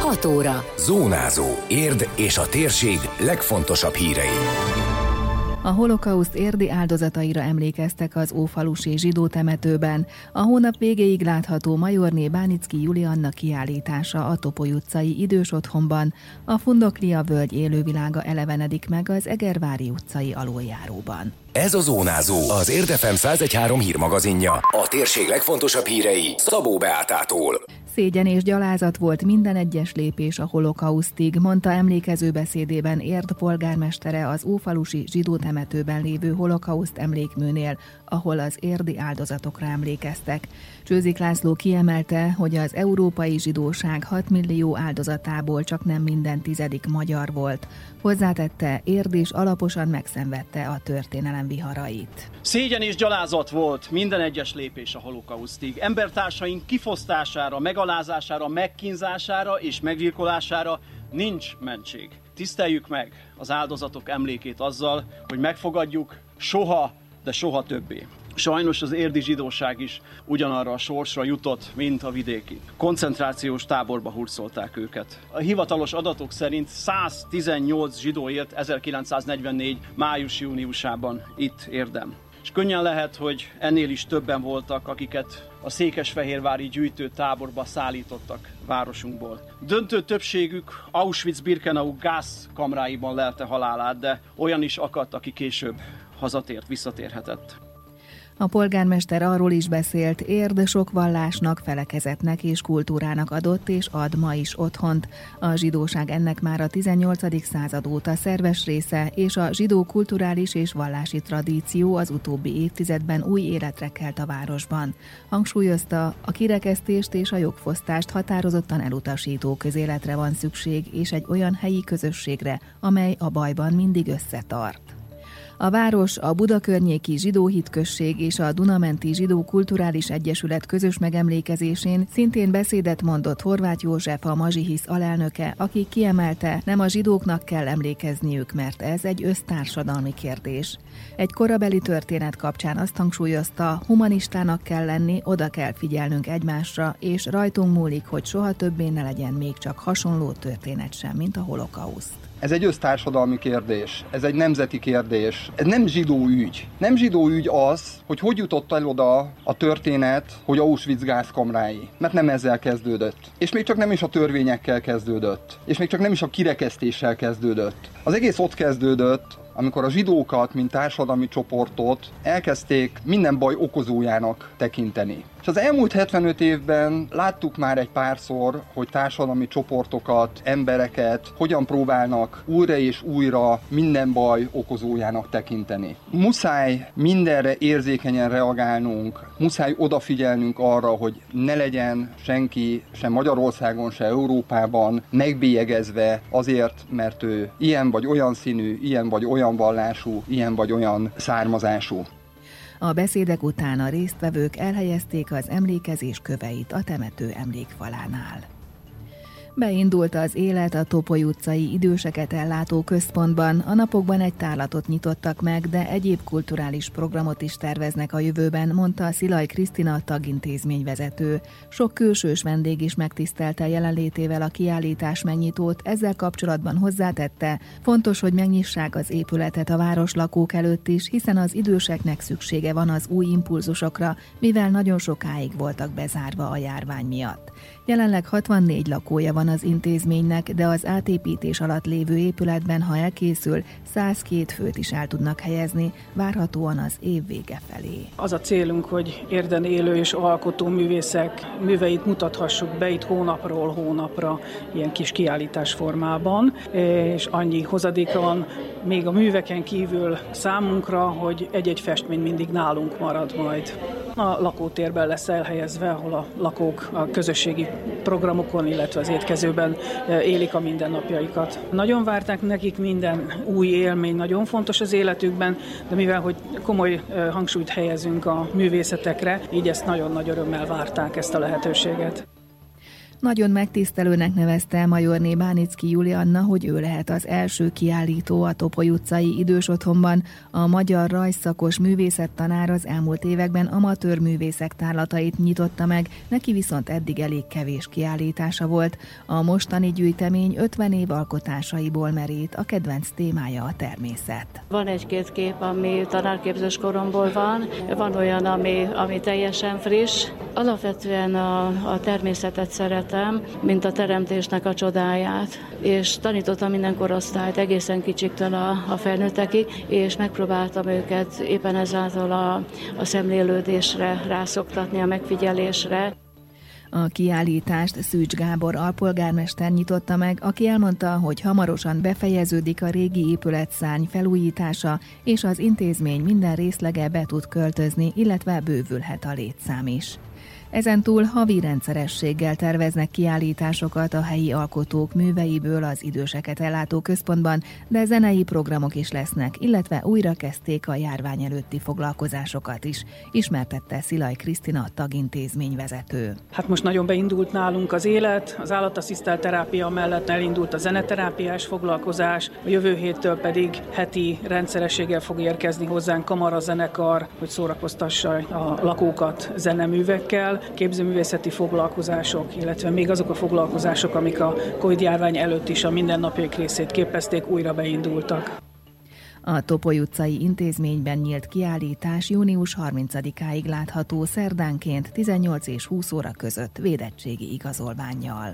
6 óra. Zónázó. Érd és a térség legfontosabb hírei. A holokauszt érdi áldozataira emlékeztek az ófalusi zsidó temetőben. A hónap végéig látható Majorné Bánicki Julianna kiállítása a Topoly utcai idős otthonban, a Fundoklia völgy élővilága elevenedik meg az Egervári utcai aluljáróban. Ez a Zónázó, az Érd FM 101.3 hírmagazinja. A térség legfontosabb hírei Szabó Beátától. Szégyen és gyalázat volt minden egyes lépés a holokausztig, mondta emlékező beszédében Érd polgármestere az ófalusi zsidó temetőben lévő holokauszt emlékműnél, ahol az érdi áldozatokra emlékeztek. Csőzik László kiemelte, hogy az európai zsidóság 6 millió áldozatából csak nem minden 10. magyar volt. Hozzátette, Érd is alaposan megszenvedte a történelem viharait. Szégyen és gyalázat volt minden egyes lépés a holokausztig. Embertársaink kifosztására, megalázására, megkínzására és meggyilkolására nincs mentség. Tiszteljük meg az áldozatok emlékét azzal, hogy megfogadjuk soha, de soha többé. Sajnos az érdi zsidóság is ugyanarra a sorsra jutott, mint a vidéki. Koncentrációs táborba hurcolták őket. A hivatalos adatok szerint 118 zsidó élt 1944. május-júniusában itt Érden. És könnyen lehet, hogy ennél is többen voltak, akiket a székesfehérvári gyűjtőtáborba szállítottak városunkból. Döntő többségük Auschwitz-Birkenau gázkamráiban lelte halálát, de olyan is akadt, aki később hazatért, visszatérhetett. A polgármester arról is beszélt, Érd sok vallásnak, felekezetnek és kultúrának adott és ad ma is otthont. A zsidóság ennek már a 18. század óta szerves része, és a zsidó kulturális és vallási tradíció az utóbbi évtizedben új életre kelt a városban. Hangsúlyozta, a kirekesztést és a jogfosztást határozottan elutasító közéletre van szükség, és egy olyan helyi közösségre, amely a bajban mindig összetart. A város, a Budakörnyéki Zsidó Hitközség és a Dunamenti Zsidó Kulturális Egyesület közös megemlékezésén szintén beszédet mondott Horváth József, a Mazsihisz alelnöke, aki kiemelte, nem a zsidóknak kell emlékezniük, mert ez egy össztársadalmi kérdés. Egy korabeli történet kapcsán azt hangsúlyozta, humanistának kell lenni, oda kell figyelnünk egymásra, és rajtunk múlik, hogy soha többé ne legyen még csak hasonló történet sem, mint a holokauszt. Ez egy össztársadalmi kérdés, ez egy nemzeti kérdés, ez nem zsidó ügy. Nem zsidó ügy az, hogy jutott el oda a történet, hogy Auschwitz gázkamrái, mert nem ezzel kezdődött. És még csak nem is a törvényekkel kezdődött, és még csak nem is a kirekesztéssel kezdődött. Az egész ott kezdődött, amikor a zsidókat, mint társadalmi csoportot elkezdték minden baj okozójának tekinteni. És az elmúlt 75 évben láttuk már egy párszor, hogy társadalmi csoportokat, embereket hogyan próbálnak újra és újra minden baj okozójának tekinteni. Muszáj mindenre érzékenyen reagálnunk, muszáj odafigyelnünk arra, hogy ne legyen senki, sem Magyarországon, sem Európában megbélyegezve azért, mert ő ilyen vagy olyan színű, ilyen vagy olyan vallású, ilyen vagy olyan származású. A beszédek után a résztvevők elhelyezték az emlékezés köveit a temető emlékfalánál. Beindult az élet a Topoly utcai időseket ellátó központban. A napokban egy tárlatot nyitottak meg, de egyéb kulturális programot is terveznek a jövőben, mondta Szilaj Krisztina, tagintézményvezető. Sok külsős vendég is megtisztelte jelenlétével a kiállítás megnyitót, ezzel kapcsolatban hozzátette, fontos, hogy megnyissák az épületet a városlakók előtt is, hiszen az időseknek szüksége van az új impulzusokra, mivel nagyon sokáig voltak bezárva a járvány miatt. Jelenleg 64 lakója van az intézménynek, de az átépítés alatt lévő épületben, ha elkészül, 102 főt is el tudnak helyezni, várhatóan az év vége felé. Az a célunk, hogy Érden élő és alkotó művészek műveit mutathassuk be itt hónapról hónapra, ilyen kis kiállítás formában, és annyi hozadéka van még a műveken kívül számunkra, hogy egy-egy festmény mindig nálunk marad majd. A lakótérben lesz elhelyezve, ahol a lakók a közösségi programokon, illetve az étkezőben élik a mindennapjaikat. Nagyon várták nekik, minden új élmény nagyon fontos az életükben, de mivel hogy komoly hangsúlyt helyezünk a művészetekre, így ezt nagyon nagy örömmel várták, ezt a lehetőséget. Nagyon megtisztelőnek nevezte majorné Bánicki Julianna, hogy ő lehet az első kiállító a Topoly utcai idős otthonban. A magyar rajzszakos művészettanár az elmúlt években amatőr művészek tárlatait nyitotta meg, neki viszont eddig elég kevés kiállítása volt. A mostani gyűjtemény 50 év alkotásaiból merít, a kedvenc témája a természet. Van egy-két kép, ami tanárképzős koromból van olyan, ami teljesen friss. Alapvetően a természetet szeretem, mint a teremtésnek a csodáját, és tanítottam minden korosztályt, egészen kicsiktől a felnőttekig, és megpróbáltam őket éppen ezáltal a szemlélődésre rászoktatni, a megfigyelésre. A kiállítást Szűcs Gábor alpolgármester nyitotta meg, aki elmondta, hogy hamarosan befejeződik a régi épületszárny felújítása, és az intézmény minden részlege be tud költözni, illetve bővülhet a létszám is. Ezentúl havi rendszerességgel terveznek kiállításokat a helyi alkotók műveiből az időseket ellátó központban, de zenei programok is lesznek, illetve újra kezdték a járvány előtti foglalkozásokat is, ismertette Szilaj Krisztina tagintézményvezető. Hát most nagyon beindult nálunk az élet, az állatasszisztált terápia mellett elindult a zeneterápiás foglalkozás, a jövő héttől pedig heti rendszerességgel fog érkezni hozzánk kamarazenekar, hogy szórakoztassa a lakókat zeneművekkel, képzőművészeti foglalkozások, illetve még azok a foglalkozások, amik a Covid-járvány előtt is a mindennapjaik részét képezték, újra beindultak. A Topoly utcai intézményben nyílt kiállítás június 30-áig látható szerdánként 18 és 20 óra között védettségi igazolvánnyal.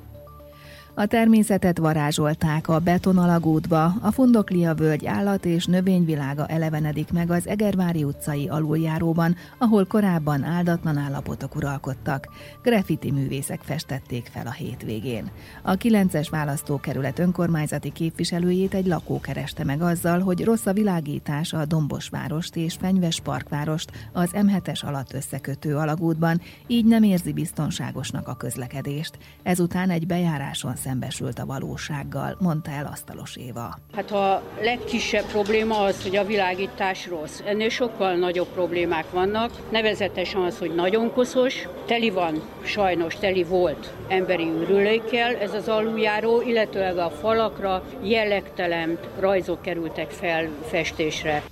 A természetet varázsolták a betonalagútba, a Fundoklia völgy állat- és növényvilága elevenedik meg az Egervári utcai aluljáróban, ahol korábban áldatlan állapotok uralkodtak. Graffiti művészek festették fel a hétvégén. A 9-es választókerület önkormányzati képviselőjét egy lakó kereste meg azzal, hogy rossz a világítás a Dombosvárost és Fenyves Parkvárost az M7-es alatt összekötő alagútban, így nem érzi biztonságosnak a közlekedést. Ezután egy bejáráson szembesült a valósággal, mondta el Asztalos Éva. Hát a legkisebb probléma az, hogy a világítás rossz. Ennél sokkal nagyobb problémák vannak, nevezetesen az, hogy nagyon koszos, teli volt emberi ürülékkel ez az aluljáró, illetőleg a falakra jellegtelen rajzok kerültek fel festésre.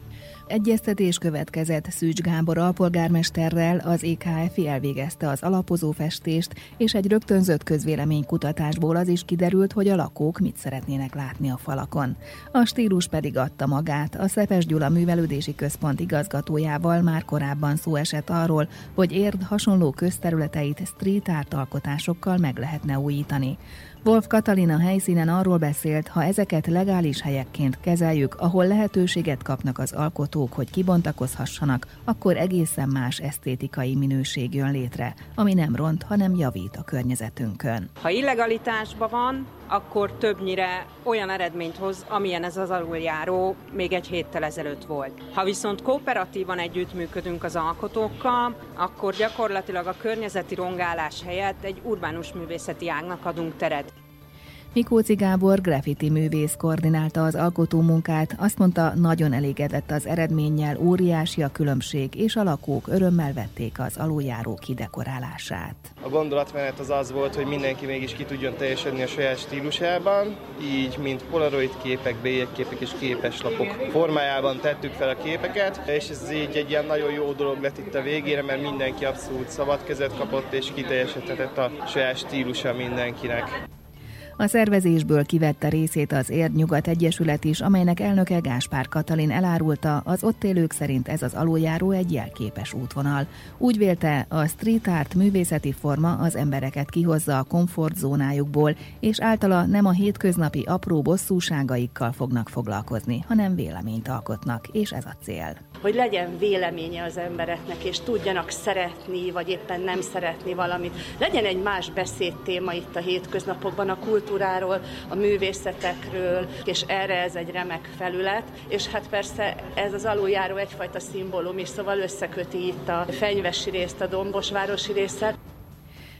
Egyeztetés következett Szűcs Gábor alpolgármesterrel, az EKF elvégezte az alapozó festést, és egy rögtönzött közvéleménykutatásból az is kiderült, hogy a lakók mit szeretnének látni a falakon. A stílus pedig adta magát. A Szepes Gyula Művelődési Központ igazgatójával már korábban szó esett arról, hogy Érd hasonló közterületeit street art alkotásokkal meg lehetne újítani. Wolf Katalin a helyszínen arról beszélt, ha ezeket legális helyekként kezeljük, ahol lehetőséget kapnak az alkotók, hogy kibontakozhassanak, akkor egészen más esztétikai minőség jön létre, ami nem ront, hanem javít a környezetünkön. Ha illegalitásban van, akkor többnyire olyan eredményt hoz, amilyen ez az aluljáró még egy héttel ezelőtt volt. Ha viszont kooperatívan együttműködünk az alkotókkal, akkor gyakorlatilag a környezeti rongálás helyett egy urbánus művészeti ágnak adunk teret. Mikóczy Gábor graffiti művész koordinálta az alkotómunkát, azt mondta, nagyon elégedett az eredménnyel, óriási a különbség, és a lakók örömmel vették az aluljáró kidekorálását. A gondolatmenet az volt, hogy mindenki mégis ki tudjon teljesedni a saját stílusában, így mint polaroid képek, bélyegképek és képeslapok formájában tettük fel a képeket, és ez így egy ilyen nagyon jó dolog lett itt a végére, mert mindenki abszolút szabad kezet kapott, és kiteljesedhetett a saját stílusa mindenkinek. A szervezésből kivette részét az Érd Nyugat Egyesület is, amelynek elnöke Gáspár Katalin elárulta, az ott élők szerint ez az aluljáró egy jelképes útvonal. Úgy vélte, a street art művészeti forma az embereket kihozza a komfortzónájukból, és általa nem a hétköznapi apró bosszúságaikkal fognak foglalkozni, hanem véleményt alkotnak, és ez a cél. Hogy legyen véleménye az embereknek, és tudjanak szeretni, vagy éppen nem szeretni valamit. Legyen egy más beszédtéma itt a hétköznapokban a kultúráról, a művészetekről, és erre ez egy remek felület. És hát persze ez az aluljáró egyfajta szimbólum is, szóval összeköti itt a fenyvesi részt a dombosvárosi részt.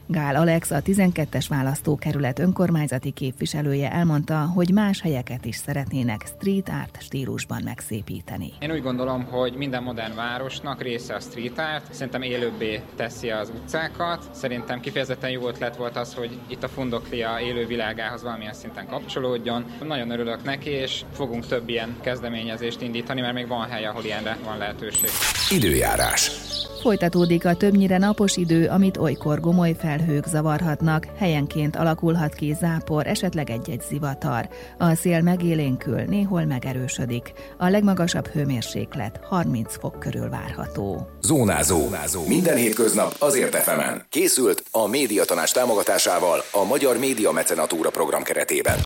Gál Alex, a 12-es választókerület önkormányzati képviselője elmondta, hogy más helyeket is szeretnének street art stílusban megszépíteni. Én úgy gondolom, hogy minden modern városnak része a street art, szerintem élőbbé teszi az utcákat. Szerintem kifejezetten jó ötlet volt az, hogy itt a Fundoklia élő világához valamilyen szinten kapcsolódjon. Nagyon örülök neki, és fogunk több ilyen kezdeményezést indítani, mert még van hely, ahol ilyenre van lehetőség. Időjárás. Folytatódik a többnyire napos idő, amit olykor gomoly felhők zavarhatnak, helyenként alakulhat ki zápor, esetleg egy-egy zivatar. A szél megélénkül, néhol megerősödik. A legmagasabb hőmérséklet 30 fok körül várható. Zónázó. Minden hétköznap azért FM-en. Készült a Médiatanács támogatásával a Magyar Média Mecenatúra program keretében.